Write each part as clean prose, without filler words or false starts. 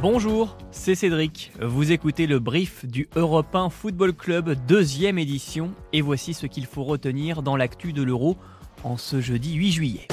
Bonjour, c'est Cédric. Vous écoutez le brief du Europe 1 Football Club, 2e édition, et voici ce qu'il faut retenir dans l'actu de l'Euro en ce jeudi 8 juillet.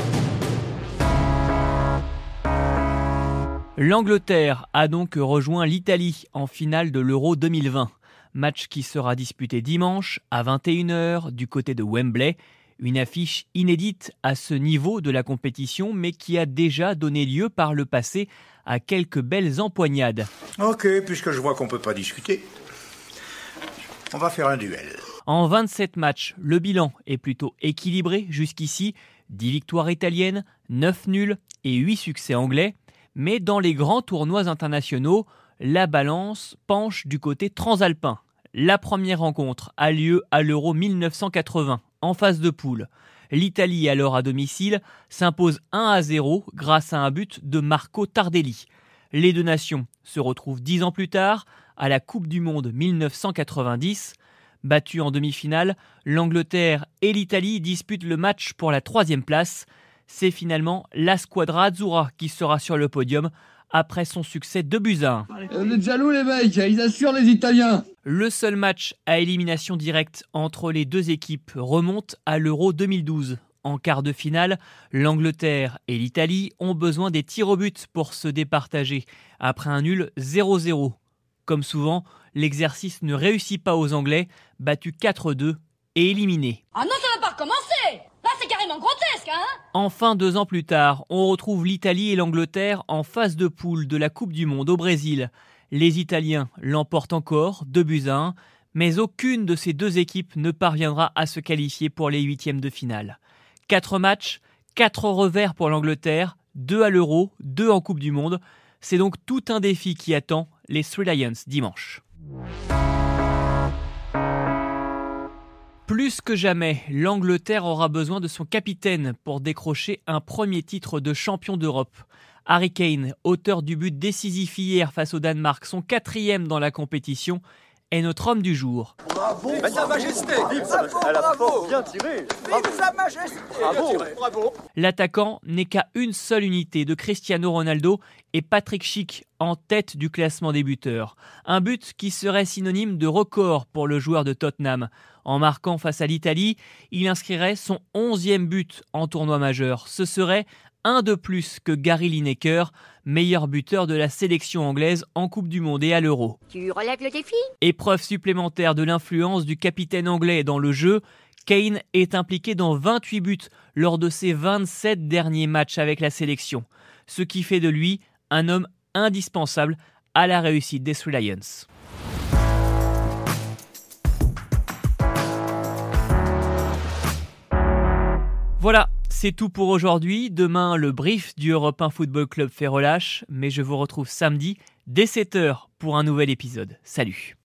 L'Angleterre a donc rejoint l'Italie en finale de l'Euro 2020. Match qui sera disputé dimanche à 21h du côté de Wembley. Une affiche inédite à ce niveau de la compétition, mais qui a déjà donné lieu par le passé à quelques belles empoignades. Ok, puisque je vois qu'on ne peut pas discuter, on va faire un duel. En 27 matchs, le bilan est plutôt équilibré jusqu'ici. 10 victoires italiennes, 9 nuls et 8 succès anglais. Mais dans les grands tournois internationaux, la balance penche du côté transalpin. La première rencontre a lieu à l'Euro 1980, en phase de poule. L'Italie, alors à domicile, s'impose 1-0 grâce à un but de Marco Tardelli. Les deux nations se retrouvent 10 ans plus tard, à la Coupe du Monde 1990. Battues en demi-finale, l'Angleterre et l'Italie disputent le match pour la 3e place. C'est finalement la Squadra Azzurra qui sera sur le podium après son succès 2-1. Vous êtes jaloux les mecs, ils assurent les Italiens. Le seul match à élimination directe entre les deux équipes remonte à l'Euro 2012. En quart de finale, l'Angleterre et l'Italie ont besoin des tirs au but pour se départager, après un nul 0-0. Comme souvent, l'exercice ne réussit pas aux Anglais, battus 4-2 et éliminés. Ah non, ça va pas recommencer! Là, c'est carrément grotesque, hein! Enfin, 2 ans plus tard, on retrouve l'Italie et l'Angleterre en phase de poule de la Coupe du Monde au Brésil. Les Italiens l'emportent encore, 2-1, mais aucune de ces deux équipes ne parviendra à se qualifier pour les huitièmes de finale. 4 matchs, 4 revers pour l'Angleterre, 2 à l'Euro, 2 en Coupe du Monde. C'est donc tout un défi qui attend les Three Lions dimanche. Plus que jamais, l'Angleterre aura besoin de son capitaine pour décrocher un premier titre de champion d'Europe. Harry Kane, auteur du but décisif hier face au Danemark, son 4e dans la compétition, est notre homme du jour. Bravo, Sa Majesté, elle a fort bien tiré. Vive Sa Majesté. Bravo. L'attaquant n'est qu'à une seule unité de Cristiano Ronaldo et Patrick Schick en tête du classement des buteurs. Un but qui serait synonyme de record pour le joueur de Tottenham. En marquant face à l'Italie, il inscrirait son 11e but en tournoi majeur. Ce serait un de plus que Gary Lineker, meilleur buteur de la sélection anglaise en Coupe du Monde et à l'Euro. Tu relèves le défi? Épreuve supplémentaire de l'influence du capitaine anglais dans le jeu, Kane est impliqué dans 28 buts lors de ses 27 derniers matchs avec la sélection, ce qui fait de lui un homme indispensable à la réussite des Three Lions. Voilà, c'est tout pour aujourd'hui. Demain, le brief du Europe 1 Football Club fait relâche, mais je vous retrouve samedi dès 7h pour un nouvel épisode. Salut!